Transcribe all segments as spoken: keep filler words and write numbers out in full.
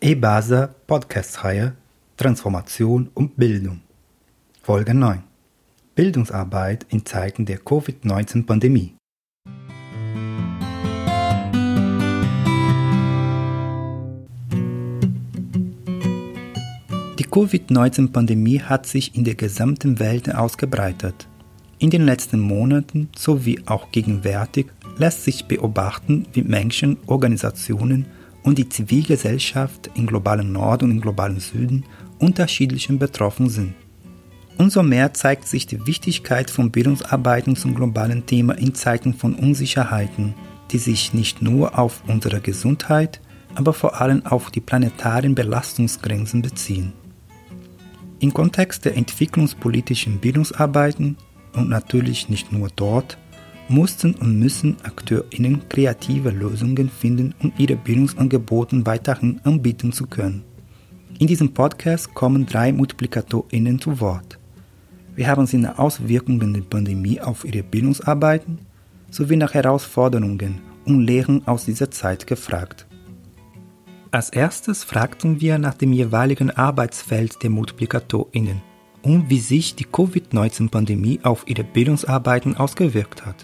E-Basa Podcast-Reihe Transformation und Bildung. Folge neun. Bildungsarbeit in Zeiten der Covid neunzehn Pandemie. Die Covid neunzehn Pandemie hat sich in der gesamten Welt ausgebreitet. In den letzten Monaten sowie auch gegenwärtig lässt sich beobachten, wie Menschen, Organisationen und die Zivilgesellschaft im globalen Norden und im globalen Süden unterschiedlich betroffen sind. Umso mehr zeigt sich die Wichtigkeit von Bildungsarbeiten zum globalen Thema in Zeiten von Unsicherheiten, die sich nicht nur auf unsere Gesundheit, aber vor allem auf die planetaren Belastungsgrenzen beziehen. Im Kontext der entwicklungspolitischen Bildungsarbeiten und natürlich nicht nur dort, mussten und müssen AkteurInnen kreative Lösungen finden, um ihre Bildungsangebote weiterhin anbieten zu können. In diesem Podcast kommen drei MultiplikatorInnen zu Wort. Wir haben sie nach Auswirkungen der Pandemie auf ihre Bildungsarbeiten sowie nach Herausforderungen und Lehren aus dieser Zeit gefragt. Als erstes fragten wir nach dem jeweiligen Arbeitsfeld der MultiplikatorInnen und wie sich die Covid neunzehn Pandemie auf ihre Bildungsarbeiten ausgewirkt hat.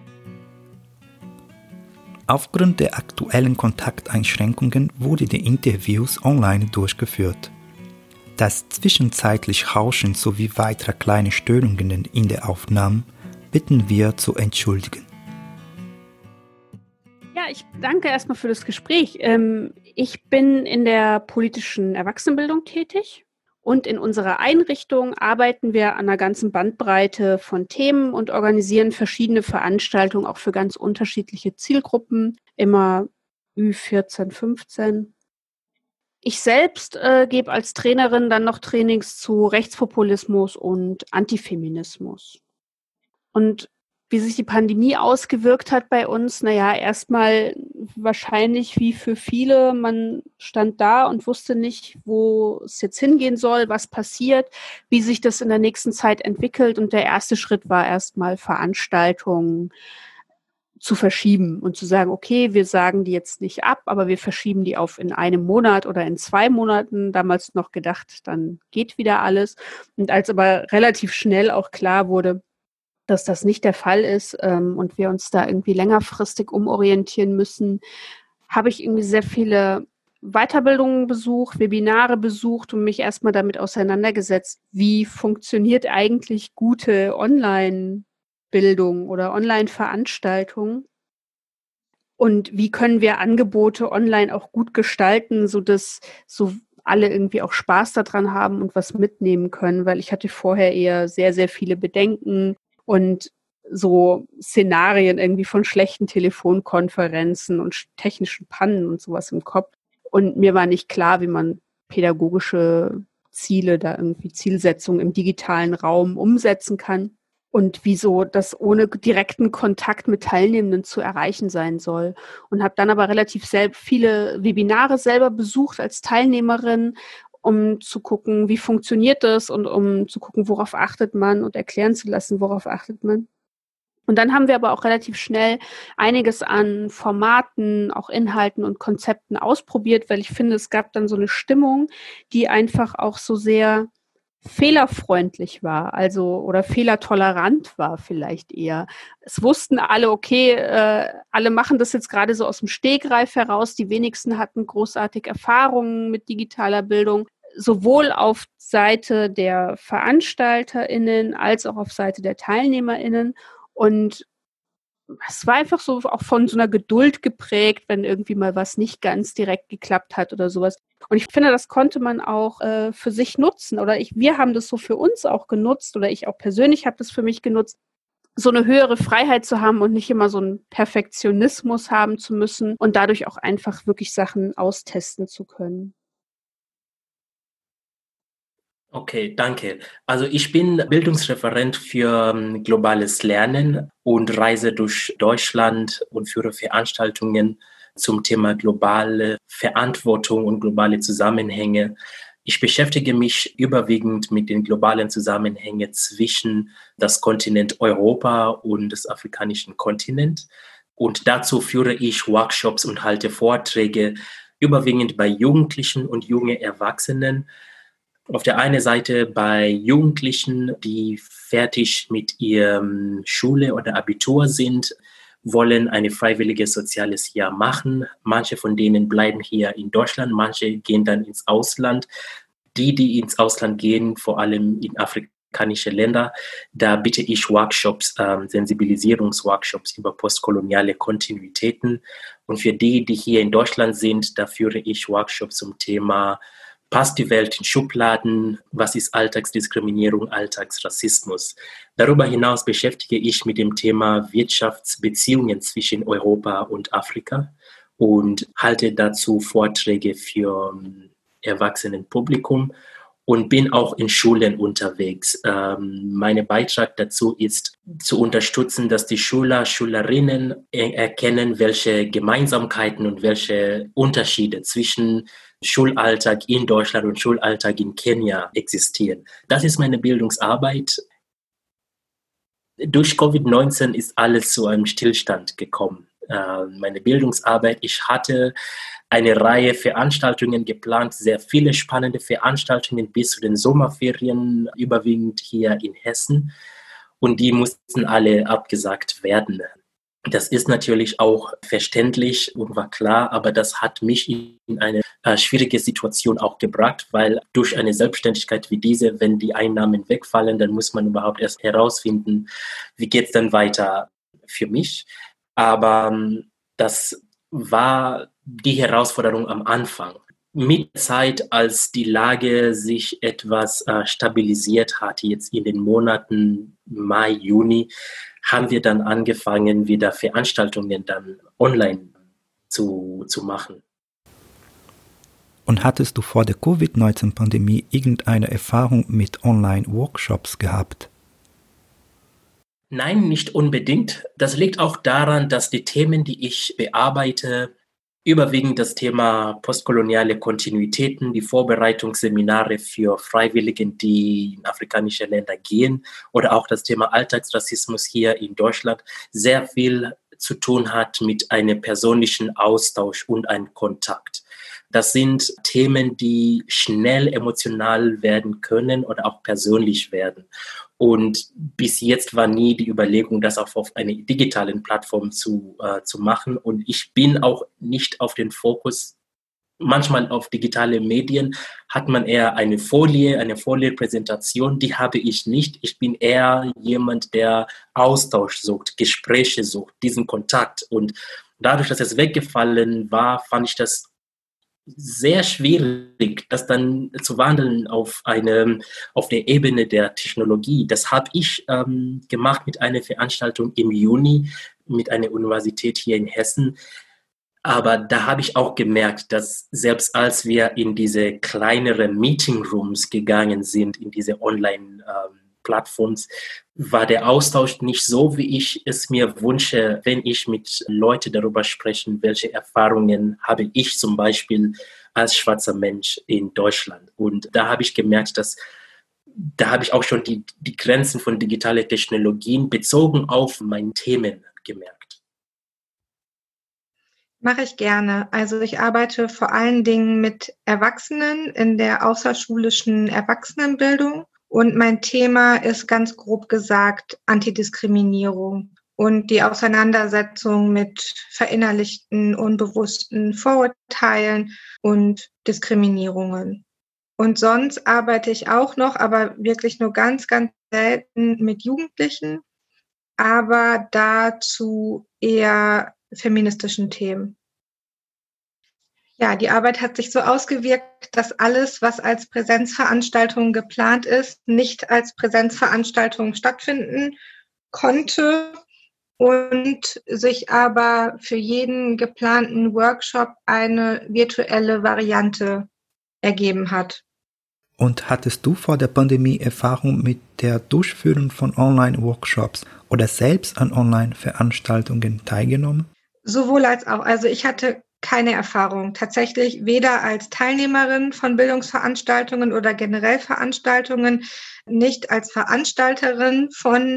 Aufgrund der aktuellen Kontakteinschränkungen wurden die Interviews online durchgeführt. Das zwischenzeitliche Rauschen sowie weitere kleine Störungen in der Aufnahme bitten wir zu entschuldigen. Ja, ich danke erstmal für das Gespräch. Ich bin in der politischen Erwachsenenbildung tätig. Und in unserer Einrichtung arbeiten wir an einer ganzen Bandbreite von Themen und organisieren verschiedene Veranstaltungen auch für ganz unterschiedliche Zielgruppen, immer Ü vierzehn, fünfzehn. Ich selbst äh, gebe als Trainerin dann noch Trainings zu Rechtspopulismus und Antifeminismus. Und wie sich die Pandemie ausgewirkt hat bei uns, naja, erstmal wahrscheinlich wie für viele, man stand da und wusste nicht, wo es jetzt hingehen soll, was passiert, wie sich das in der nächsten Zeit entwickelt. Und der erste Schritt war erstmal Veranstaltungen zu verschieben und zu sagen, okay, wir sagen die jetzt nicht ab, aber wir verschieben die auf in einem Monat oder in zwei Monaten. Damals noch gedacht, dann geht wieder alles. Und als aber relativ schnell auch klar wurde, dass das nicht der Fall ist ähm, und wir uns da irgendwie längerfristig umorientieren müssen, habe ich irgendwie sehr viele Weiterbildungen besucht, Webinare besucht und mich erstmal damit auseinandergesetzt, wie funktioniert eigentlich gute Online-Bildung oder Online-Veranstaltung und wie können wir Angebote online auch gut gestalten, sodass so alle irgendwie auch Spaß daran haben und was mitnehmen können, weil ich hatte vorher eher sehr, sehr viele Bedenken und so Szenarien irgendwie von schlechten Telefonkonferenzen und technischen Pannen und sowas im Kopf. Und mir war nicht klar, wie man pädagogische Ziele, da irgendwie Zielsetzungen im digitalen Raum umsetzen kann und wieso das ohne direkten Kontakt mit Teilnehmenden zu erreichen sein soll. Und habe dann aber relativ selb- viele Webinare selber besucht als Teilnehmerin, um zu gucken, wie funktioniert das und um zu gucken, worauf achtet man und erklären zu lassen, worauf achtet man. Und dann haben wir aber auch relativ schnell einiges an Formaten, auch Inhalten und Konzepten ausprobiert, weil ich finde, es gab dann so eine Stimmung, die einfach auch so sehr fehlerfreundlich war, also oder fehlertolerant war vielleicht eher. Es wussten alle, okay, äh, alle machen das jetzt gerade so aus dem Stegreif heraus. Die wenigsten hatten großartig Erfahrungen mit digitaler Bildung, sowohl auf Seite der VeranstalterInnen als auch auf Seite der TeilnehmerInnen. Und es war einfach so auch von so einer Geduld geprägt, wenn irgendwie mal was nicht ganz direkt geklappt hat oder sowas. Und ich finde, das konnte man auch äh, für sich nutzen. Oder ich, wir haben das so für uns auch genutzt oder ich auch persönlich habe das für mich genutzt, so eine höhere Freiheit zu haben und nicht immer so einen Perfektionismus haben zu müssen und dadurch auch einfach wirklich Sachen austesten zu können. Okay, danke. Also ich bin Bildungsreferent für um, globales Lernen und reise durch Deutschland und führe Veranstaltungen zum Thema globale Verantwortung und globale Zusammenhänge. Ich beschäftige mich überwiegend mit den globalen Zusammenhängen zwischen das Kontinent Europa und des afrikanischen Kontinent. Und dazu führe ich Workshops und halte Vorträge überwiegend bei Jugendlichen und jungen Erwachsenen. Auf der einen Seite bei Jugendlichen, die fertig mit ihrem Schule oder Abitur sind, wollen ein freiwilliges soziales Jahr machen. Manche von denen bleiben hier in Deutschland, manche gehen dann ins Ausland. Die, die ins Ausland gehen, vor allem in afrikanische Länder, da biete ich Workshops, ähm, Sensibilisierungsworkshops über postkoloniale Kontinuitäten. Und für die, die hier in Deutschland sind, da führe ich Workshops zum Thema Passt die Welt in Schubladen? Was ist Alltagsdiskriminierung, Alltagsrassismus? Darüber hinaus beschäftige ich mit dem Thema Wirtschaftsbeziehungen zwischen Europa und Afrika und halte dazu Vorträge für Erwachsenenpublikum und bin auch in Schulen unterwegs. Ähm, mein Beitrag dazu ist, zu unterstützen, dass die Schüler, Schülerinnen erkennen, welche Gemeinsamkeiten und welche Unterschiede zwischen Schulalltag in Deutschland und Schulalltag in Kenia existieren. Das ist meine Bildungsarbeit. Durch Covid neunzehn ist alles zu einem Stillstand gekommen. Äh, meine Bildungsarbeit, ich hatte eine Reihe Veranstaltungen geplant, sehr viele spannende Veranstaltungen bis zu den Sommerferien, überwiegend hier in Hessen. Und die mussten alle abgesagt werden. Das ist natürlich auch verständlich und war klar, aber das hat mich in eine äh, schwierige Situation auch gebracht, weil durch eine Selbstständigkeit wie diese, wenn die Einnahmen wegfallen, dann muss man überhaupt erst herausfinden, wie geht es dann weiter für mich. Aber ähm, das war die Herausforderung am Anfang. Mit der Zeit, als die Lage sich etwas äh, stabilisiert hat, jetzt in den Monaten Mai, Juni, haben wir dann angefangen, wieder Veranstaltungen dann online zu, zu machen. Und hattest du vor der Covid neunzehn Pandemie irgendeine Erfahrung mit Online-Workshops gehabt? Nein, nicht unbedingt. Das liegt auch daran, dass die Themen, die ich bearbeite, überwiegend das Thema postkoloniale Kontinuitäten, die Vorbereitungsseminare für Freiwillige, die in afrikanische Länder gehen, oder auch das Thema Alltagsrassismus hier in Deutschland sehr viel zu tun hat mit einem persönlichen Austausch und einem Kontakt. Das sind Themen, die schnell emotional werden können oder auch persönlich werden. Und bis jetzt war nie die Überlegung, das auch auf einer digitalen Plattform zu, äh, zu machen. Und ich bin auch nicht auf den Fokus, manchmal auf digitale Medien hat man eher eine Folie, eine Folienpräsentation, die habe ich nicht. Ich bin eher jemand, der Austausch sucht, Gespräche sucht, diesen Kontakt. Und dadurch, dass es weggefallen war, fand ich das sehr schwierig, das dann zu wandeln auf eine, auf der Ebene der Technologie. Das habe ich ähm, gemacht mit einer Veranstaltung im Juni mit einer Universität hier in Hessen. Aber da habe ich auch gemerkt, dass selbst als wir in diese kleineren Meetingrooms gegangen sind, in diese Online-Plattforms, war der Austausch nicht so, wie ich es mir wünsche, wenn ich mit Leuten darüber spreche, welche Erfahrungen habe ich zum Beispiel als schwarzer Mensch in Deutschland. Und da habe ich gemerkt, dass da habe ich auch schon die, die Grenzen von digitalen Technologien bezogen auf meine Themen gemerkt. Mache ich gerne. Also ich arbeite vor allen Dingen mit Erwachsenen in der außerschulischen Erwachsenenbildung. Und mein Thema ist ganz grob gesagt Antidiskriminierung und die Auseinandersetzung mit verinnerlichten, unbewussten Vorurteilen und Diskriminierungen. Und sonst arbeite ich auch noch, aber wirklich nur ganz, ganz selten mit Jugendlichen, aber dazu eher feministischen Themen. Ja, die Arbeit hat sich so ausgewirkt, dass alles, was als Präsenzveranstaltung geplant ist, nicht als Präsenzveranstaltung stattfinden konnte und sich aber für jeden geplanten Workshop eine virtuelle Variante ergeben hat. Und hattest du vor der Pandemie Erfahrung mit der Durchführung von Online-Workshops oder selbst an Online-Veranstaltungen teilgenommen? Sowohl als auch. Also ich hatte keine Erfahrung. Tatsächlich weder als Teilnehmerin von Bildungsveranstaltungen oder generell Veranstaltungen, nicht als Veranstalterin von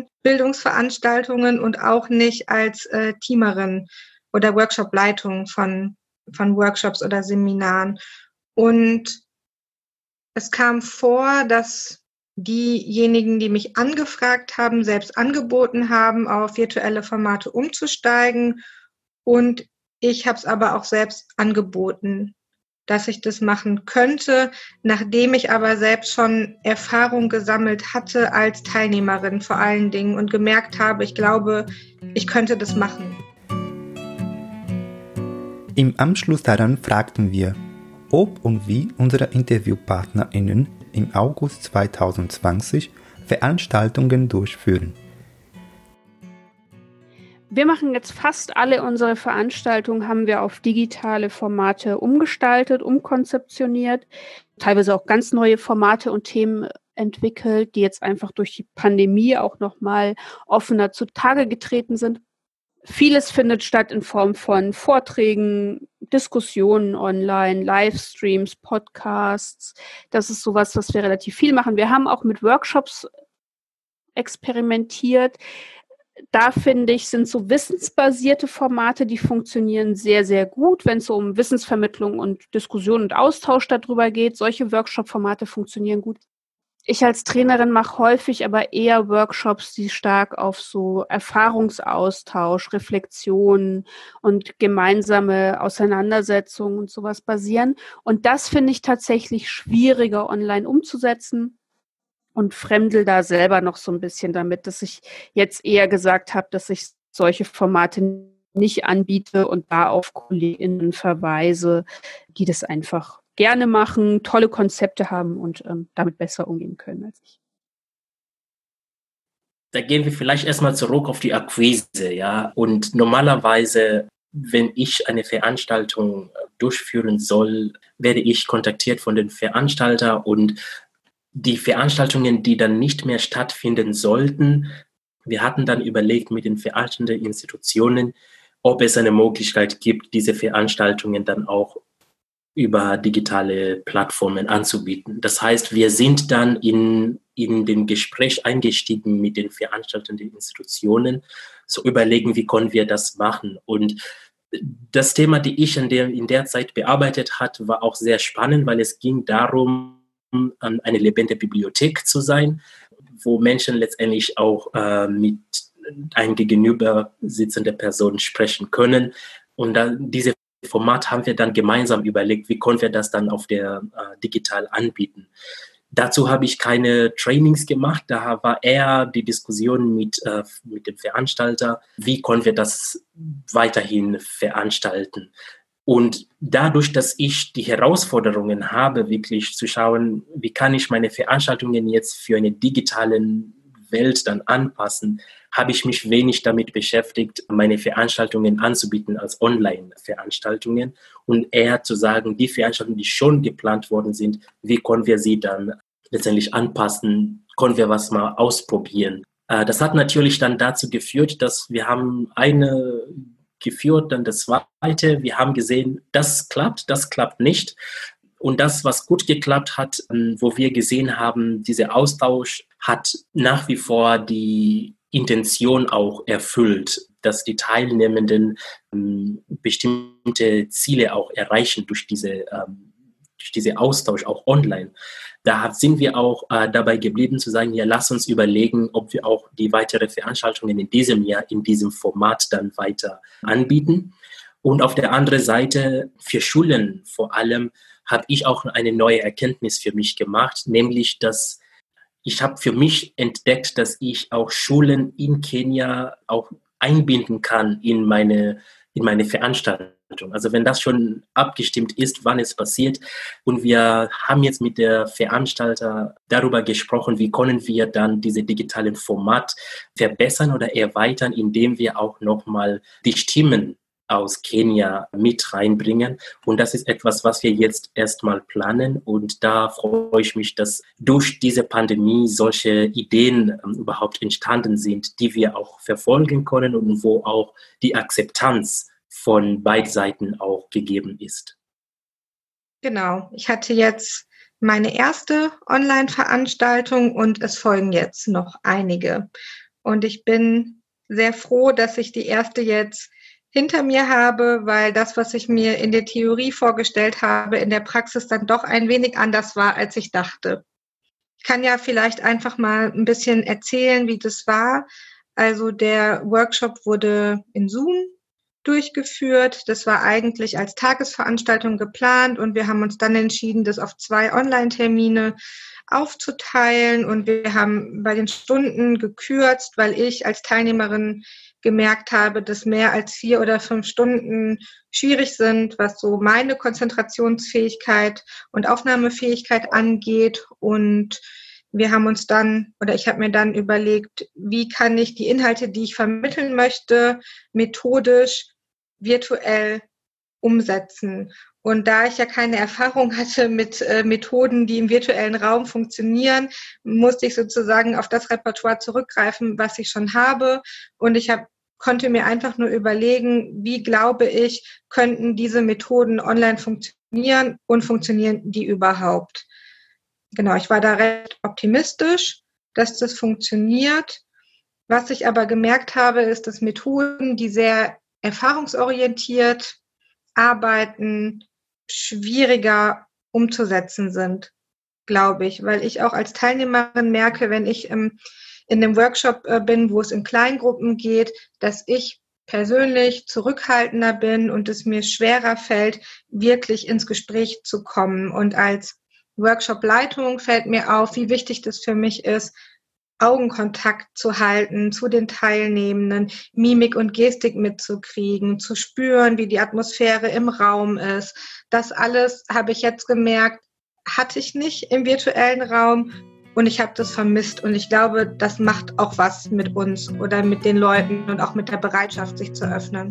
Bildungsveranstaltungen und auch nicht als äh, Teamerin oder Workshopleitung von von Workshops oder Seminaren. Und es kam vor, dass diejenigen, die mich angefragt haben, selbst angeboten haben, auf virtuelle Formate umzusteigen. Und ich habe es aber auch selbst angeboten, dass ich das machen könnte, nachdem ich aber selbst schon Erfahrung gesammelt hatte als Teilnehmerin vor allen Dingen und gemerkt habe, ich glaube, ich könnte das machen. Im Anschluss daran fragten wir, ob und wie unsere InterviewpartnerInnen im August zweitausendzwanzig Veranstaltungen durchführen. Wir machen jetzt fast alle unsere Veranstaltungen, haben wir auf digitale Formate umgestaltet, umkonzeptioniert, teilweise auch ganz neue Formate und Themen entwickelt, die jetzt einfach durch die Pandemie auch nochmal offener zutage getreten sind. Vieles findet statt in Form von Vorträgen, Diskussionen online, Livestreams, Podcasts. Das ist sowas, was wir relativ viel machen. Wir haben auch mit Workshops experimentiert. Da finde ich, sind so wissensbasierte Formate, die funktionieren sehr, sehr gut, wenn es so um Wissensvermittlung und Diskussion und Austausch darüber geht. Solche Workshop-Formate funktionieren gut. Ich als Trainerin mache häufig aber eher Workshops, die stark auf so Erfahrungsaustausch, Reflexion und gemeinsame Auseinandersetzungen und sowas basieren. Und das finde ich tatsächlich schwieriger online umzusetzen und fremdel da selber noch so ein bisschen damit, dass ich jetzt eher gesagt habe, dass ich solche Formate nicht anbiete und da auf KollegInnen verweise, die das einfach gerne machen, tolle Konzepte haben und ähm, damit besser umgehen können als ich. Da gehen wir vielleicht erstmal zurück auf die Akquise, ja. Und normalerweise, wenn ich eine Veranstaltung durchführen soll, werde ich kontaktiert von den Veranstalter und die Veranstaltungen, die dann nicht mehr stattfinden sollten, wir hatten dann überlegt mit den veranstaltenden Institutionen, ob es eine Möglichkeit gibt, diese Veranstaltungen dann auch über digitale Plattformen anzubieten. Das heißt, wir sind dann in, in den Gespräch eingestiegen mit den veranstaltenden Institutionen, zu überlegen, wie können wir das machen. Und das Thema, die ich in der, in der Zeit bearbeitet hat, war auch sehr spannend, weil es ging darum, eine lebende Bibliothek zu sein, wo Menschen letztendlich auch äh, mit einem gegenüber sitzenden Person sprechen können. Und dann diese Format haben wir dann gemeinsam überlegt, wie können wir das dann auf der äh, digital anbieten. Dazu habe ich keine Trainings gemacht, da war eher die Diskussion mit, äh, mit dem Veranstalter, wie können wir das weiterhin veranstalten. Und dadurch, dass ich die Herausforderungen habe, wirklich zu schauen, wie kann ich meine Veranstaltungen jetzt für eine digitale Welt dann anpassen, habe ich mich wenig damit beschäftigt, meine Veranstaltungen anzubieten als Online-Veranstaltungen und eher zu sagen, die Veranstaltungen, die schon geplant worden sind, wie können wir sie dann letztendlich anpassen, können wir was mal ausprobieren. Das hat natürlich dann dazu geführt, dass wir haben eine geführt, dann das zweite. Wir haben gesehen, das klappt, das klappt nicht. Und das, was gut geklappt hat, wo wir gesehen haben, dieser Austausch hat nach wie vor die Intention auch erfüllt, dass die Teilnehmenden ähm, bestimmte Ziele auch erreichen durch diese, ähm, durch diese Austausch auch online. Da sind wir auch äh, dabei geblieben zu sagen, ja, lass uns überlegen, ob wir auch die weiteren Veranstaltungen in diesem Jahr in diesem Format dann weiter anbieten. Und auf der anderen Seite für Schulen vor allem habe ich auch eine neue Erkenntnis für mich gemacht, nämlich, dass ich habe für mich entdeckt, dass ich auch Schulen in Kenia auch einbinden kann in meine, in meine Veranstaltung. Also wenn das schon abgestimmt ist, wann es passiert. Und wir haben jetzt mit der Veranstalter darüber gesprochen, wie können wir dann diese digitalen Format verbessern oder erweitern, indem wir auch nochmal die Stimmen aus Kenia mit reinbringen. Und das ist etwas, was wir jetzt erstmal planen. Und da freue ich mich, dass durch diese Pandemie solche Ideen ähm, überhaupt entstanden sind, die wir auch verfolgen können und wo auch die Akzeptanz von beiden Seiten auch gegeben ist. Genau. Ich hatte jetzt meine erste Online-Veranstaltung und es folgen jetzt noch einige. Und ich bin sehr froh, dass ich die erste jetzt hinter mir habe, weil das, was ich mir in der Theorie vorgestellt habe, in der Praxis dann doch ein wenig anders war, als ich dachte. Ich kann ja vielleicht einfach mal ein bisschen erzählen, wie das war. Also der Workshop wurde in Zoom durchgeführt. Das war eigentlich als Tagesveranstaltung geplant und wir haben uns dann entschieden, das auf zwei Online-Termine aufzuteilen und wir haben bei den Stunden gekürzt, weil ich als Teilnehmerin gemerkt habe, dass mehr als vier oder fünf Stunden schwierig sind, was so meine Konzentrationsfähigkeit und Aufnahmefähigkeit angeht. Und wir haben uns dann, oder ich habe mir dann überlegt, wie kann ich die Inhalte, die ich vermitteln möchte, methodisch, virtuell umsetzen. Und da ich ja keine Erfahrung hatte mit äh, Methoden, die im virtuellen Raum funktionieren, musste ich sozusagen auf das Repertoire zurückgreifen, was ich schon habe. Und ich hab, konnte mir einfach nur überlegen, wie glaube ich, könnten diese Methoden online funktionieren und funktionieren die überhaupt? Genau, ich war da recht optimistisch, dass das funktioniert. Was ich aber gemerkt habe, ist, dass Methoden, die sehr erfahrungsorientiert arbeiten, schwieriger umzusetzen sind, glaube ich, weil ich auch als Teilnehmerin merke, wenn ich ähm, in einem Workshop äh, bin, wo es in Kleingruppen geht, dass ich persönlich zurückhaltender bin und es mir schwerer fällt, wirklich ins Gespräch zu kommen. Und als Workshop-Leitung fällt mir auf, wie wichtig das für mich ist, Augenkontakt zu halten zu den Teilnehmenden, Mimik und Gestik mitzukriegen, zu spüren, wie die Atmosphäre im Raum ist. Das alles habe ich jetzt gemerkt, hatte ich nicht im virtuellen Raum und ich habe das vermisst. Und ich glaube, das macht auch was mit uns oder mit den Leuten und auch mit der Bereitschaft, sich zu öffnen.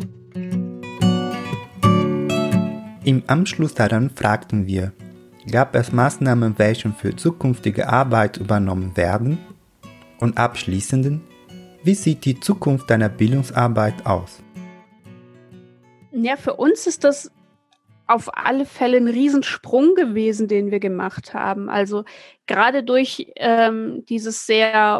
Im Anschluss daran fragten wir, gab es Maßnahmen, welche für zukünftige Arbeit übernommen werden? Und abschließend, wie sieht die Zukunft deiner Bildungsarbeit aus? Ja, für uns ist das auf alle Fälle ein Riesensprung gewesen, den wir gemacht haben. Also gerade durch ähm, dieses sehr,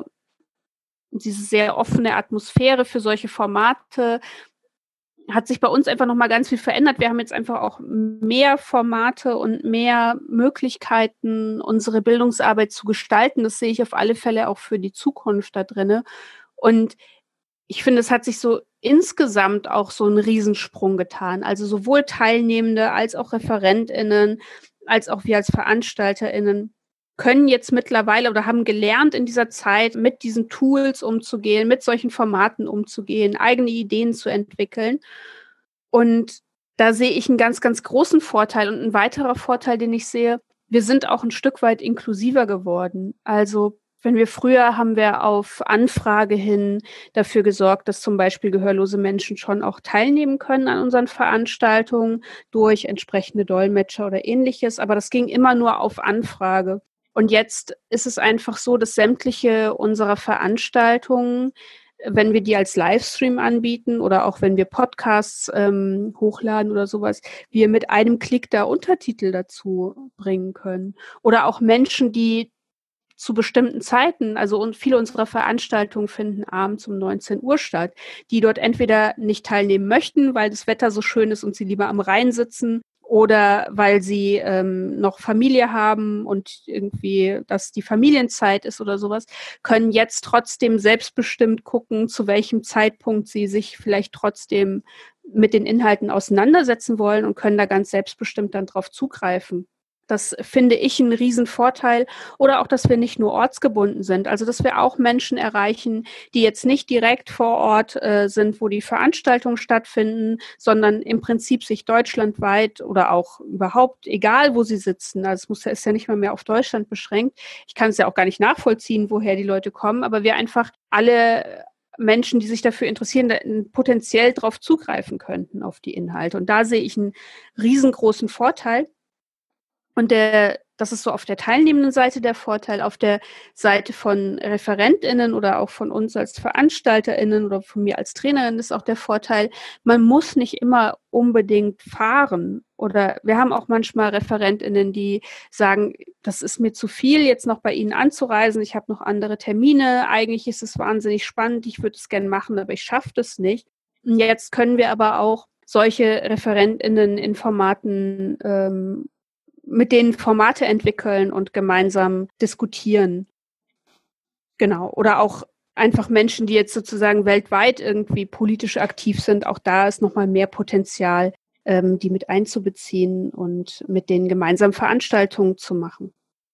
diese sehr offene Atmosphäre für solche Formate hat sich bei uns einfach nochmal ganz viel verändert. Wir haben jetzt einfach auch mehr Formate und mehr Möglichkeiten, unsere Bildungsarbeit zu gestalten. Das sehe ich auf alle Fälle auch für die Zukunft da drin. Und ich finde, es hat sich so insgesamt auch so einen Riesensprung getan. Also sowohl Teilnehmende als auch ReferentInnen, als auch wir als VeranstalterInnen können jetzt mittlerweile oder haben gelernt in dieser Zeit, mit diesen Tools umzugehen, mit solchen Formaten umzugehen, eigene Ideen zu entwickeln. Und da sehe ich einen ganz, ganz großen Vorteil. Und ein weiterer Vorteil, den ich sehe, wir sind auch ein Stück weit inklusiver geworden. Also wenn wir früher haben wir auf Anfrage hin dafür gesorgt, dass zum Beispiel gehörlose Menschen schon auch teilnehmen können an unseren Veranstaltungen durch entsprechende Dolmetscher oder Ähnliches. Aber das ging immer nur auf Anfrage. Und jetzt ist es einfach so, dass sämtliche unserer Veranstaltungen, wenn wir die als Livestream anbieten oder auch wenn wir Podcasts ähm, hochladen oder sowas, wir mit einem Klick da Untertitel dazu bringen können. Oder auch Menschen, die zu bestimmten Zeiten, also und viele unserer Veranstaltungen finden abends um neunzehn Uhr statt, die dort entweder nicht teilnehmen möchten, weil das Wetter so schön ist und sie lieber am Rhein sitzen, oder weil sie ähm, noch Familie haben und irgendwie, dass die Familienzeit ist oder sowas, können jetzt trotzdem selbstbestimmt gucken, zu welchem Zeitpunkt sie sich vielleicht trotzdem mit den Inhalten auseinandersetzen wollen und können da ganz selbstbestimmt dann drauf zugreifen. Das finde ich einen Riesenvorteil. Oder auch, dass wir nicht nur ortsgebunden sind. Also, dass wir auch Menschen erreichen, die jetzt nicht direkt vor Ort äh, sind, wo die Veranstaltungen stattfinden, sondern im Prinzip sich deutschlandweit oder auch überhaupt, egal wo sie sitzen, also es muss, ist ja nicht mal mehr auf Deutschland beschränkt. Ich kann es ja auch gar nicht nachvollziehen, woher die Leute kommen, aber wir einfach alle Menschen, die sich dafür interessieren, potenziell darauf zugreifen könnten, auf die Inhalte. Und da sehe ich einen riesengroßen Vorteil. Und der, das ist so auf der teilnehmenden Seite der Vorteil, auf der Seite von ReferentInnen oder auch von uns als VeranstalterInnen oder von mir als Trainerin ist auch der Vorteil, man muss nicht immer unbedingt fahren. Oder wir haben auch manchmal ReferentInnen, die sagen, das ist mir zu viel, jetzt noch bei Ihnen anzureisen, ich habe noch andere Termine, eigentlich ist es wahnsinnig spannend, ich würde es gerne machen, aber ich schaffe das nicht. Jetzt können wir aber auch solche ReferentInnen in Formaten, ähm, mit denen Formate entwickeln und gemeinsam diskutieren. Genau. Oder auch einfach Menschen, die jetzt sozusagen weltweit irgendwie politisch aktiv sind. Auch da ist nochmal mehr Potenzial, ähm, die mit einzubeziehen und mit denen gemeinsam Veranstaltungen zu machen.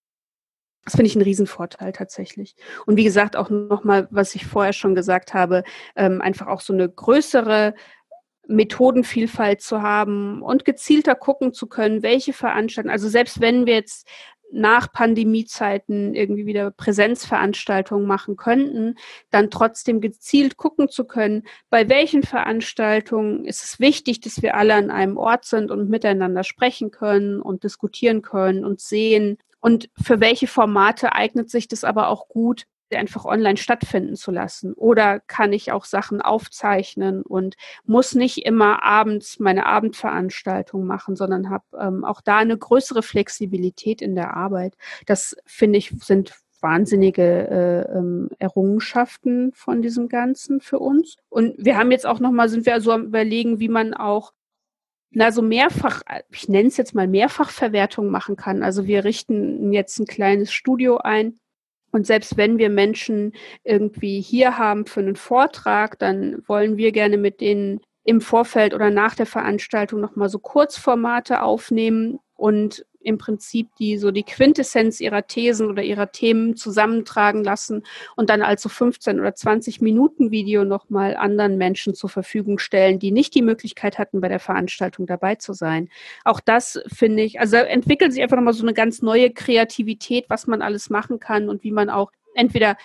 Das finde ich einen Riesenvorteil tatsächlich. Und wie gesagt, auch nochmal, was ich vorher schon gesagt habe, ähm, einfach auch so eine größere Methodenvielfalt zu haben und gezielter gucken zu können, welche Veranstaltungen, also selbst wenn wir jetzt nach Pandemiezeiten irgendwie wieder Präsenzveranstaltungen machen könnten, dann trotzdem gezielt gucken zu können, bei welchen Veranstaltungen ist es wichtig, dass wir alle an einem Ort sind und miteinander sprechen können und diskutieren können und sehen. Und für welche Formate eignet sich das aber auch gut, einfach online stattfinden zu lassen? Oder kann ich auch Sachen aufzeichnen und muss nicht immer abends meine Abendveranstaltung machen, sondern habe ähm, auch da eine größere Flexibilität in der Arbeit. Das, finde ich, sind wahnsinnige äh, ähm, Errungenschaften von diesem Ganzen für uns. Und wir haben jetzt auch nochmal, sind wir so am Überlegen, wie man auch na, so mehrfach, ich nenne es jetzt mal Mehrfachverwertung machen kann. Also wir richten jetzt ein kleines Studio ein. Und selbst wenn wir Menschen irgendwie hier haben für einen Vortrag, dann wollen wir gerne mit denen im Vorfeld oder nach der Veranstaltung nochmal so Kurzformate aufnehmen und im Prinzip die so die Quintessenz ihrer Thesen oder ihrer Themen zusammentragen lassen und dann als so fünfzehn oder zwanzig Minuten Video nochmal anderen Menschen zur Verfügung stellen, die nicht die Möglichkeit hatten, bei der Veranstaltung dabei zu sein. Auch das finde ich, also entwickelt sich einfach nochmal so eine ganz neue Kreativität, was man alles machen kann und wie man auch entweder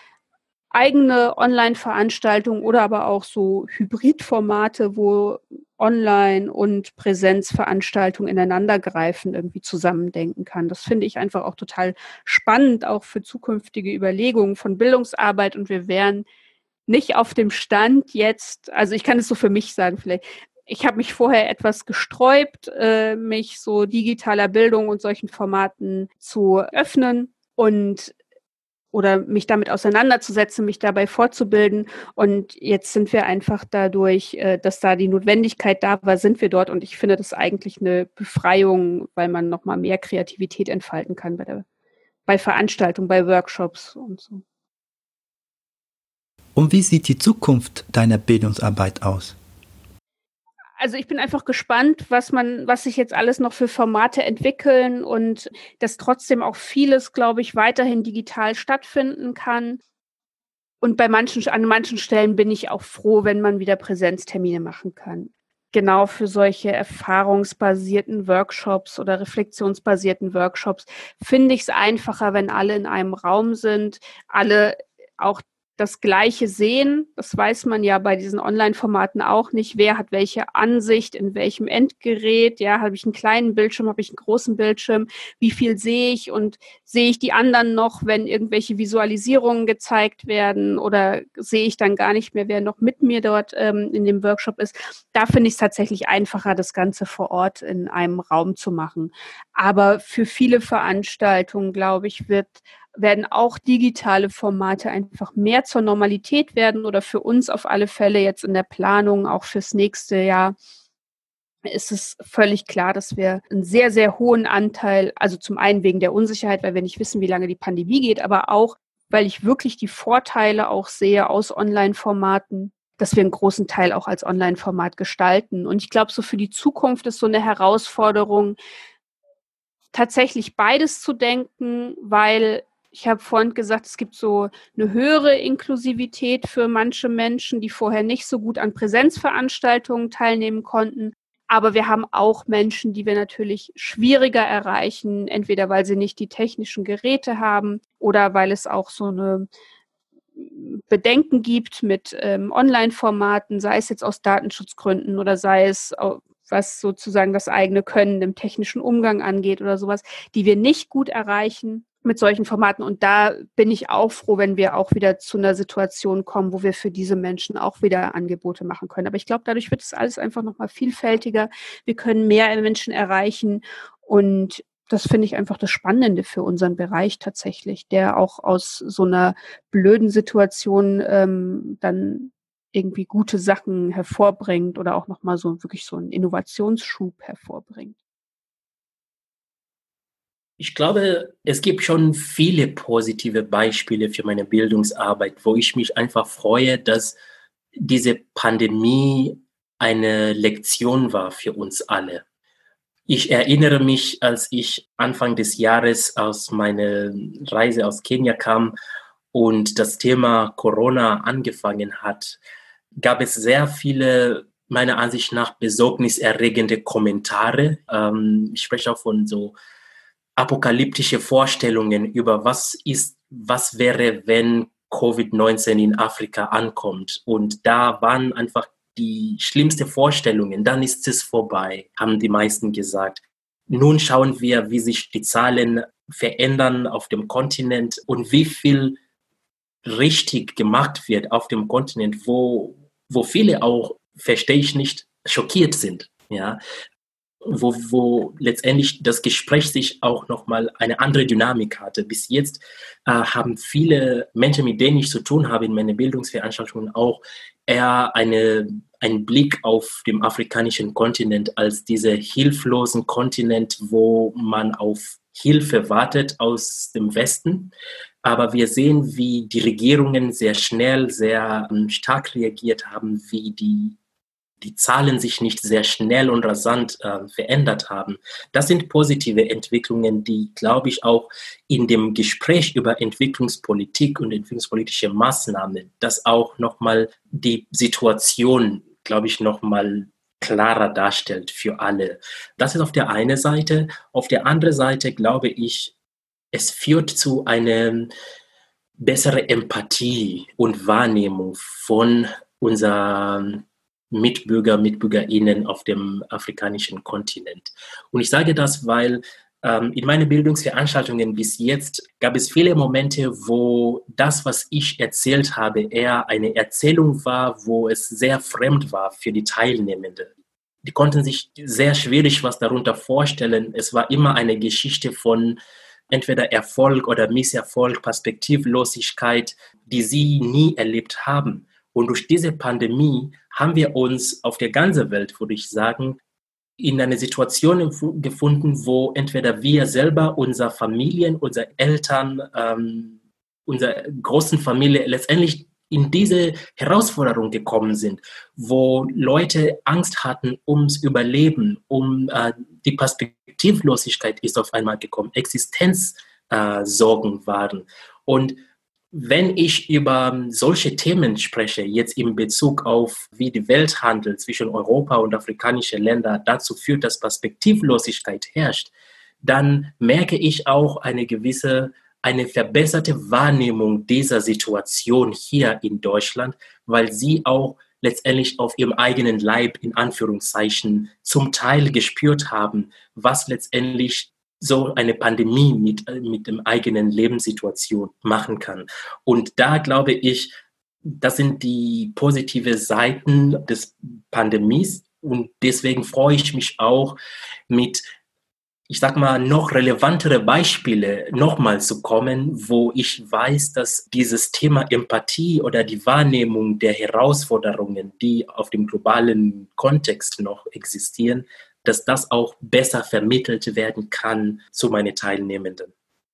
eigene Online-Veranstaltungen oder aber auch so Hybridformate, wo Online- und Präsenzveranstaltungen ineinandergreifen, irgendwie zusammendenken kann. Das finde ich einfach auch total spannend, auch für zukünftige Überlegungen von Bildungsarbeit. Und wir wären nicht auf dem Stand jetzt, also ich kann es so für mich sagen vielleicht, ich habe mich vorher etwas gesträubt, äh, mich so digitaler Bildung und solchen Formaten zu öffnen und oder mich damit auseinanderzusetzen, mich dabei fortzubilden. Und jetzt sind wir einfach dadurch, dass da die Notwendigkeit da war, sind wir dort. Und ich finde das eigentlich eine Befreiung, weil man nochmal mehr Kreativität entfalten kann bei der, bei Veranstaltungen, bei Workshops und so. Und wie sieht die Zukunft deiner Bildungsarbeit aus? Also ich bin einfach gespannt, was man, was sich jetzt alles noch für Formate entwickeln und dass trotzdem auch vieles, glaube ich, weiterhin digital stattfinden kann. Und bei manchen, an manchen Stellen bin ich auch froh, wenn man wieder Präsenztermine machen kann. Genau für solche erfahrungsbasierten Workshops oder reflexionsbasierten Workshops finde ich es einfacher, wenn alle in einem Raum sind, alle auch das Gleiche sehen. Das weiß man ja bei diesen Online-Formaten auch nicht. Wer hat welche Ansicht, in welchem Endgerät? Ja, habe ich einen kleinen Bildschirm, habe ich einen großen Bildschirm? Wie viel sehe ich? Und sehe ich die anderen noch, wenn irgendwelche Visualisierungen gezeigt werden? Oder sehe ich dann gar nicht mehr, wer noch mit mir dort ähm, in dem Workshop ist? Da finde ich es tatsächlich einfacher, das Ganze vor Ort in einem Raum zu machen. Aber für viele Veranstaltungen, glaube ich, wird werden auch digitale Formate einfach mehr zur Normalität werden oder für uns auf alle Fälle jetzt in der Planung, auch fürs nächste Jahr, ist es völlig klar, dass wir einen sehr, sehr hohen Anteil, also zum einen wegen der Unsicherheit, weil wir nicht wissen, wie lange die Pandemie geht, aber auch, weil ich wirklich die Vorteile auch sehe aus Online-Formaten, dass wir einen großen Teil auch als Online-Format gestalten. Und ich glaube, so für die Zukunft ist so eine Herausforderung, tatsächlich beides zu denken, weil ich habe vorhin gesagt, es gibt so eine höhere Inklusivität für manche Menschen, die vorher nicht so gut an Präsenzveranstaltungen teilnehmen konnten. Aber wir haben auch Menschen, die wir natürlich schwieriger erreichen, entweder weil sie nicht die technischen Geräte haben oder weil es auch so eine Bedenken gibt mit ähm, Online-Formaten, sei es jetzt aus Datenschutzgründen oder sei es auch, was sozusagen das eigene Können im technischen Umgang angeht oder sowas, die wir nicht gut erreichen mit solchen Formaten. Und da bin ich auch froh, wenn wir auch wieder zu einer Situation kommen, wo wir für diese Menschen auch wieder Angebote machen können. Aber ich glaube, dadurch wird es alles einfach nochmal vielfältiger. Wir können mehr Menschen erreichen. Und das finde ich einfach das Spannende für unseren Bereich tatsächlich, der auch aus so einer blöden Situation ähm, dann irgendwie gute Sachen hervorbringt oder auch nochmal so wirklich so einen Innovationsschub hervorbringt? Ich glaube, es gibt schon viele positive Beispiele für meine Bildungsarbeit, wo ich mich einfach freue, dass diese Pandemie eine Lektion war für uns alle. Ich erinnere mich, als ich Anfang des Jahres aus meiner Reise aus Kenia kam und das Thema Corona angefangen hat, gab es sehr viele, meiner Ansicht nach, besorgniserregende Kommentare. Ähm, ich spreche auch von so apokalyptische Vorstellungen über was ist, was wäre, wenn Covid neunzehn in Afrika ankommt. Und da waren einfach die schlimmsten Vorstellungen. Dann ist es vorbei, haben die meisten gesagt. Nun schauen wir, wie sich die Zahlen verändern auf dem Kontinent und wie viel richtig gemacht wird auf dem Kontinent, wo, wo viele auch, verstehe ich nicht, schockiert sind. Ja, wo, wo letztendlich das Gespräch sich auch nochmal eine andere Dynamik hatte. Bis jetzt äh, haben viele Menschen, mit denen ich zu tun habe in meinen Bildungsveranstaltungen, auch eher eine, einen Blick auf den afrikanischen Kontinent als diesen hilflosen Kontinent, wo man auf Hilfe wartet aus dem Westen. Aber wir sehen, wie die Regierungen sehr schnell, sehr ähm, stark reagiert haben, wie die die Zahlen sich nicht sehr schnell und rasant äh, verändert haben. Das sind positive Entwicklungen, die, glaube ich, auch in dem Gespräch über Entwicklungspolitik und entwicklungspolitische Maßnahmen, das auch nochmal die Situation, glaube ich, nochmal klarer darstellt für alle. Das ist auf der einen Seite. Auf der anderen Seite, glaube ich, es führt zu einer besseren Empathie und Wahrnehmung von unserer Mitbürger, MitbürgerInnen auf dem afrikanischen Kontinent. Und ich sage das, weil ähm, in meinen Bildungsveranstaltungen bis jetzt gab es viele Momente, wo das, was ich erzählt habe, eher eine Erzählung war, wo es sehr fremd war für die Teilnehmenden. Die konnten sich sehr schwierig was darunter vorstellen. Es war immer eine Geschichte von entweder Erfolg oder Misserfolg, Perspektivlosigkeit, die sie nie erlebt haben. Und durch diese Pandemie haben wir uns auf der ganzen Welt, würde ich sagen, in einer Situation gefunden, wo entweder wir selber, unsere Familien, unsere Eltern, ähm, unsere großen Familie letztendlich in diese Herausforderung gekommen sind, wo Leute Angst hatten ums Überleben, um äh, die Perspektivlosigkeit ist auf einmal gekommen, Existenzsorgen äh, waren. Und wenn ich über solche Themen spreche, jetzt in Bezug auf, wie die Welthandel zwischen Europa und afrikanischen Ländern dazu führt, dass Perspektivlosigkeit herrscht, dann merke ich auch eine gewisse, eine verbesserte Wahrnehmung dieser Situation hier in Deutschland, weil sie auch letztendlich auf ihrem eigenen Leib, in Anführungszeichen, zum Teil gespürt haben, was letztendlich so eine Pandemie mit, mit dem eigenen Lebenssituation machen kann. Und da glaube ich, das sind die positiven Seiten des Pandemies. Und deswegen freue ich mich auch mit, ich sag mal, noch relevantere Beispiele nochmal zu kommen, wo ich weiß, dass dieses Thema Empathie oder die Wahrnehmung der Herausforderungen, die auf dem globalen Kontext noch existieren, dass das auch besser vermittelt werden kann zu meinen Teilnehmenden.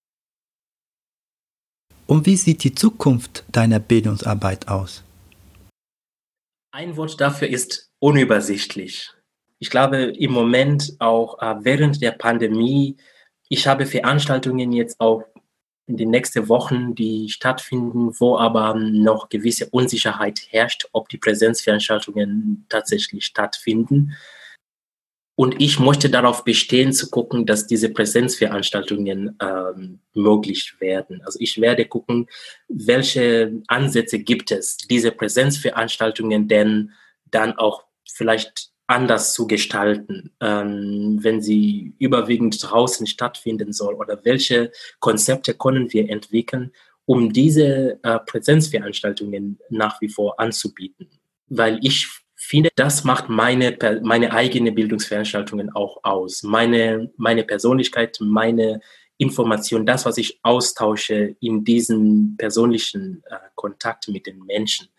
Und wie sieht die Zukunft deiner Bildungsarbeit aus? Ein Wort dafür ist unübersichtlich. Ich glaube, im Moment auch äh, während der Pandemie, ich habe Veranstaltungen jetzt auch in den nächsten Wochen, die stattfinden, wo aber noch gewisse Unsicherheit herrscht, ob die Präsenzveranstaltungen tatsächlich stattfinden. Und ich möchte darauf bestehen, zu gucken, dass diese Präsenzveranstaltungen ähm, möglich werden. Also ich werde gucken, welche Ansätze gibt es, diese Präsenzveranstaltungen denn dann auch vielleicht anders zu gestalten, ähm, wenn sie überwiegend draußen stattfinden soll, oder welche Konzepte können wir entwickeln, um diese äh, Präsenzveranstaltungen nach wie vor anzubieten. Weil ich finde, das macht meine, meine eigene Bildungsveranstaltungen auch aus. Meine, meine Persönlichkeit, meine Information, das, was ich austausche in diesem persönlichen äh, Kontakt mit den Menschen.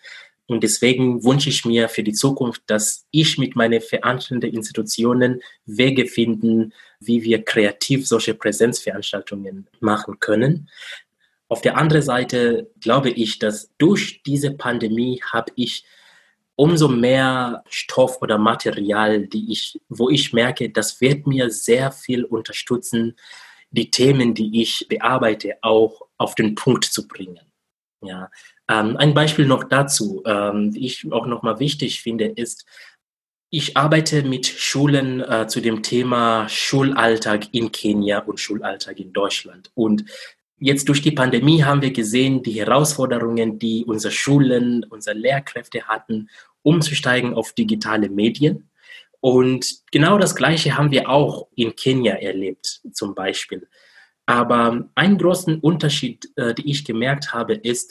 Und deswegen wünsche ich mir für die Zukunft, dass ich mit meinen veranstaltenden Institutionen Wege finden, wie wir kreativ solche Präsenzveranstaltungen machen können. Auf der anderen Seite glaube ich, dass durch diese Pandemie habe ich umso mehr Stoff oder Material, die ich, wo ich merke, das wird mir sehr viel unterstützen, die Themen, die ich bearbeite, auch auf den Punkt zu bringen. Ja. Ähm, ein Beispiel noch dazu, ähm, die ich auch nochmal wichtig finde, ist, ich arbeite mit Schulen äh, zu dem Thema Schulalltag in Kenia und Schulalltag in Deutschland. Und jetzt durch die Pandemie haben wir gesehen, die Herausforderungen, die unsere Schulen, unsere Lehrkräfte hatten, umzusteigen auf digitale Medien. Und genau das Gleiche haben wir auch in Kenia erlebt, zum Beispiel. Aber einen großen Unterschied, äh, den ich gemerkt habe, ist,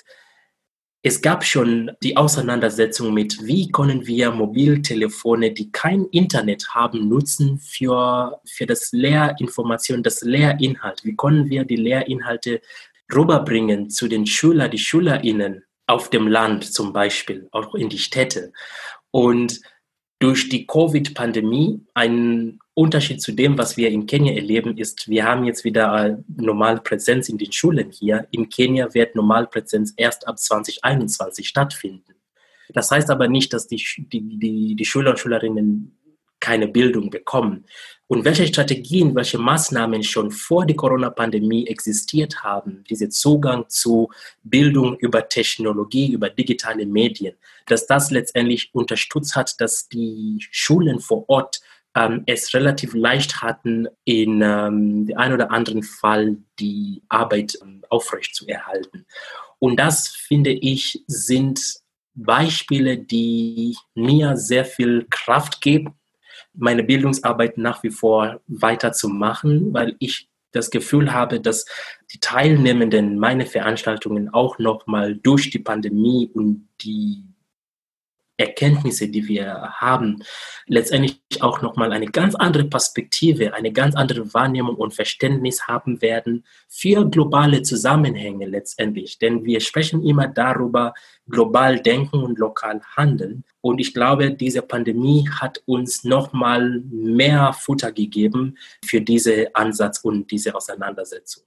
es gab schon die Auseinandersetzung mit, wie können wir Mobiltelefone, die kein Internet haben, nutzen für, für das Lehrinformation, das Lehrinhalt. Wie können wir die Lehrinhalte rüberbringen zu den Schülern, die SchülerInnen auf dem Land zum Beispiel, auch in die Städte. Und durch die Covid-Pandemie, ein Unterschied zu dem, was wir in Kenia erleben, ist, wir haben jetzt wieder Normalpräsenz in den Schulen hier. In Kenia wird Normalpräsenz erst ab zwanzig einundzwanzig stattfinden. Das heißt aber nicht, dass die, die, die, die Schüler und Schülerinnen keine Bildung bekommen. Und welche Strategien, welche Maßnahmen schon vor der Corona-Pandemie existiert haben, dieser Zugang zu Bildung über Technologie, über digitale Medien, dass das letztendlich unterstützt hat, dass die Schulen vor Ort ähm, es relativ leicht hatten, in ähm, dem einen oder anderen Fall die Arbeit ähm, aufrechtzuerhalten. Und das, finde ich, sind Beispiele, die mir sehr viel Kraft geben, meine Bildungsarbeit nach wie vor weiterzumachen, weil ich das Gefühl habe, dass die Teilnehmenden meine Veranstaltungen auch nochmal durch die Pandemie und die Erkenntnisse, die wir haben, letztendlich auch nochmal eine ganz andere Perspektive, eine ganz andere Wahrnehmung und Verständnis haben werden für globale Zusammenhänge letztendlich. Denn wir sprechen immer darüber, global denken und lokal handeln. Und ich glaube, diese Pandemie hat uns nochmal mehr Futter gegeben für diesen Ansatz und diese Auseinandersetzung.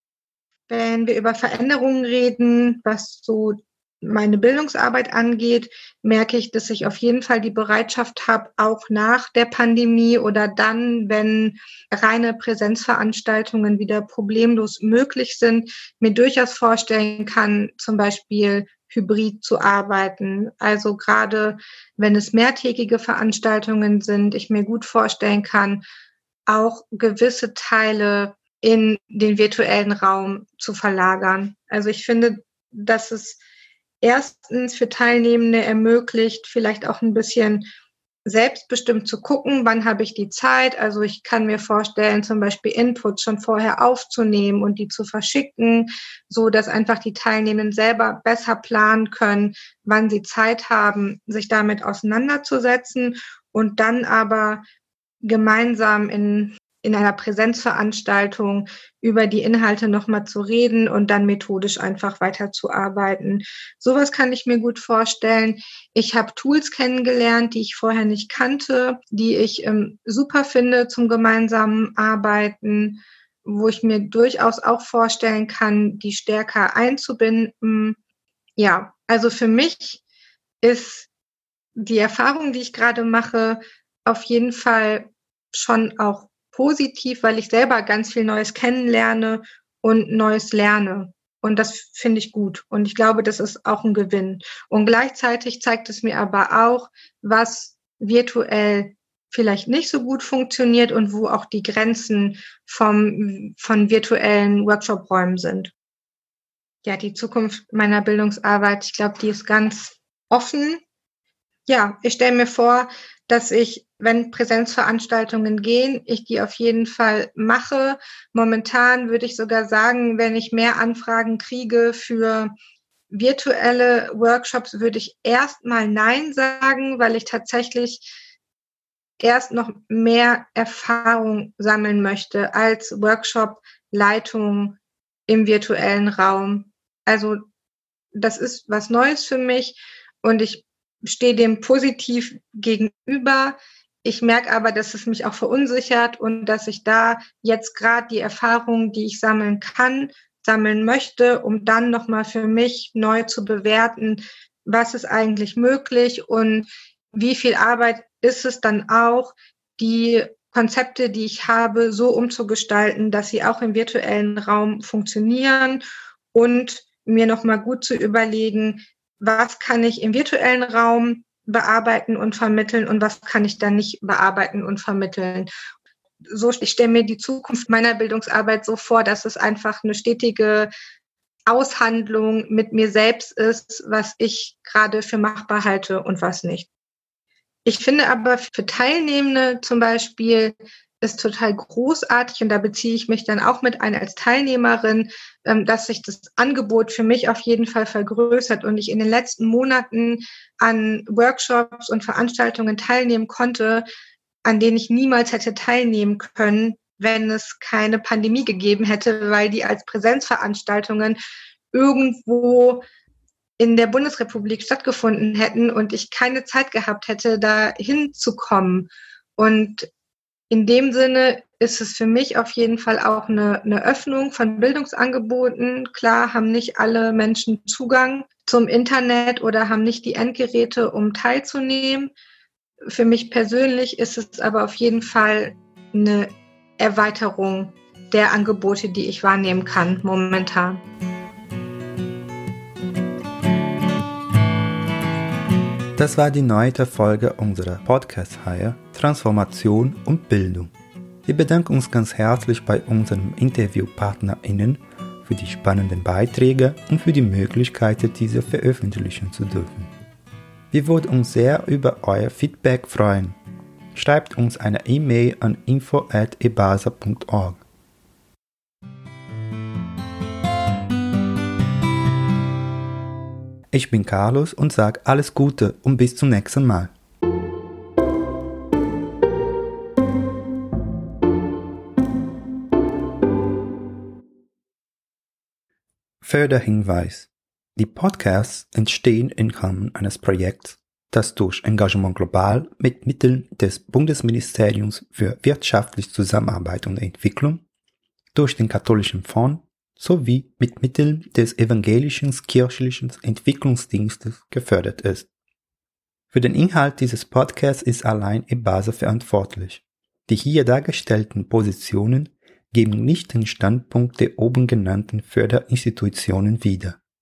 Wenn wir über Veränderungen reden, was so meine Bildungsarbeit angeht, merke ich, dass ich auf jeden Fall die Bereitschaft habe, auch nach der Pandemie oder dann, wenn reine Präsenzveranstaltungen wieder problemlos möglich sind, mir durchaus vorstellen kann, zum Beispiel hybrid zu arbeiten. Also gerade wenn es mehrtägige Veranstaltungen sind, ich mir gut vorstellen kann, auch gewisse Teile in den virtuellen Raum zu verlagern. Also ich finde, dass es erstens für Teilnehmende ermöglicht, vielleicht auch ein bisschen selbstbestimmt zu gucken, wann habe ich die Zeit. Also ich kann mir vorstellen, zum Beispiel Inputs schon vorher aufzunehmen und die zu verschicken, so dass einfach die Teilnehmenden selber besser planen können, wann sie Zeit haben, sich damit auseinanderzusetzen und dann aber gemeinsam in in einer Präsenzveranstaltung über die Inhalte nochmal zu reden und dann methodisch einfach weiterzuarbeiten. Sowas kann ich mir gut vorstellen. Ich habe Tools kennengelernt, die ich vorher nicht kannte, die ich ähm, super finde zum gemeinsamen Arbeiten, wo ich mir durchaus auch vorstellen kann, die stärker einzubinden. Ja, also für mich ist die Erfahrung, die ich gerade mache, auf jeden Fall schon auch positiv, weil ich selber ganz viel Neues kennenlerne und Neues lerne. Und das finde ich gut. Und ich glaube, das ist auch ein Gewinn. Und gleichzeitig zeigt es mir aber auch, was virtuell vielleicht nicht so gut funktioniert und wo auch die Grenzen vom, von virtuellen Workshop-Räumen sind. Ja, die Zukunft meiner Bildungsarbeit, ich glaube, die ist ganz offen. Ja, ich stelle mir vor, dass ich, wenn Präsenzveranstaltungen gehen, ich die auf jeden Fall mache. Momentan würde ich sogar sagen, wenn ich mehr Anfragen kriege für virtuelle Workshops, würde ich erstmal Nein sagen, weil ich tatsächlich erst noch mehr Erfahrung sammeln möchte als Workshop-Leitung im virtuellen Raum. Also das ist was Neues für mich und ich stehe dem positiv gegenüber. Ich merke aber, dass es mich auch verunsichert und dass ich da jetzt gerade die Erfahrungen, die ich sammeln kann, sammeln möchte, um dann nochmal für mich neu zu bewerten, was ist eigentlich möglich und wie viel Arbeit ist es dann auch, die Konzepte, die ich habe, so umzugestalten, dass sie auch im virtuellen Raum funktionieren und mir nochmal gut zu überlegen, was kann ich im virtuellen Raum bearbeiten und vermitteln und was kann ich dann nicht bearbeiten und vermitteln. So, ich stelle mir die Zukunft meiner Bildungsarbeit so vor, dass es einfach eine stetige Aushandlung mit mir selbst ist, was ich gerade für machbar halte und was nicht. Ich finde aber für Teilnehmende zum Beispiel ist total großartig und da beziehe ich mich dann auch mit ein als Teilnehmerin, dass sich das Angebot für mich auf jeden Fall vergrößert und ich in den letzten Monaten an Workshops und Veranstaltungen teilnehmen konnte, an denen ich niemals hätte teilnehmen können, wenn es keine Pandemie gegeben hätte, weil die als Präsenzveranstaltungen irgendwo in der Bundesrepublik stattgefunden hätten und ich keine Zeit gehabt hätte, da hinzukommen. Und in dem Sinne ist es für mich auf jeden Fall auch eine, eine Öffnung von Bildungsangeboten. Klar haben nicht alle Menschen Zugang zum Internet oder haben nicht die Endgeräte, um teilzunehmen. Für mich persönlich ist es aber auf jeden Fall eine Erweiterung der Angebote, die ich wahrnehmen kann momentan. Das war die neunte Folge unserer Podcast-Reihe Transformation und Bildung. Wir bedanken uns ganz herzlich bei unseren InterviewpartnerInnen für die spannenden Beiträge und für die Möglichkeit, diese veröffentlichen zu dürfen. Wir würden uns sehr über euer Feedback freuen. Schreibt uns eine E-Mail an info at ebasa punkt org. Ich bin Carlos und sage alles Gute und bis zum nächsten Mal. Förderhinweis: Die Podcasts entstehen im Rahmen eines Projekts, das durch Engagement global mit Mitteln des Bundesministeriums für wirtschaftliche Zusammenarbeit und Entwicklung, durch den Katholischen Fonds sowie mit Mitteln des Evangelischen Kirchlichen Entwicklungsdienstes gefördert ist. Für den Inhalt dieses Podcasts ist allein Ebasa verantwortlich. Die hier dargestellten Positionen geben nicht den Standpunkt der oben genannten Förderinstitutionen wider.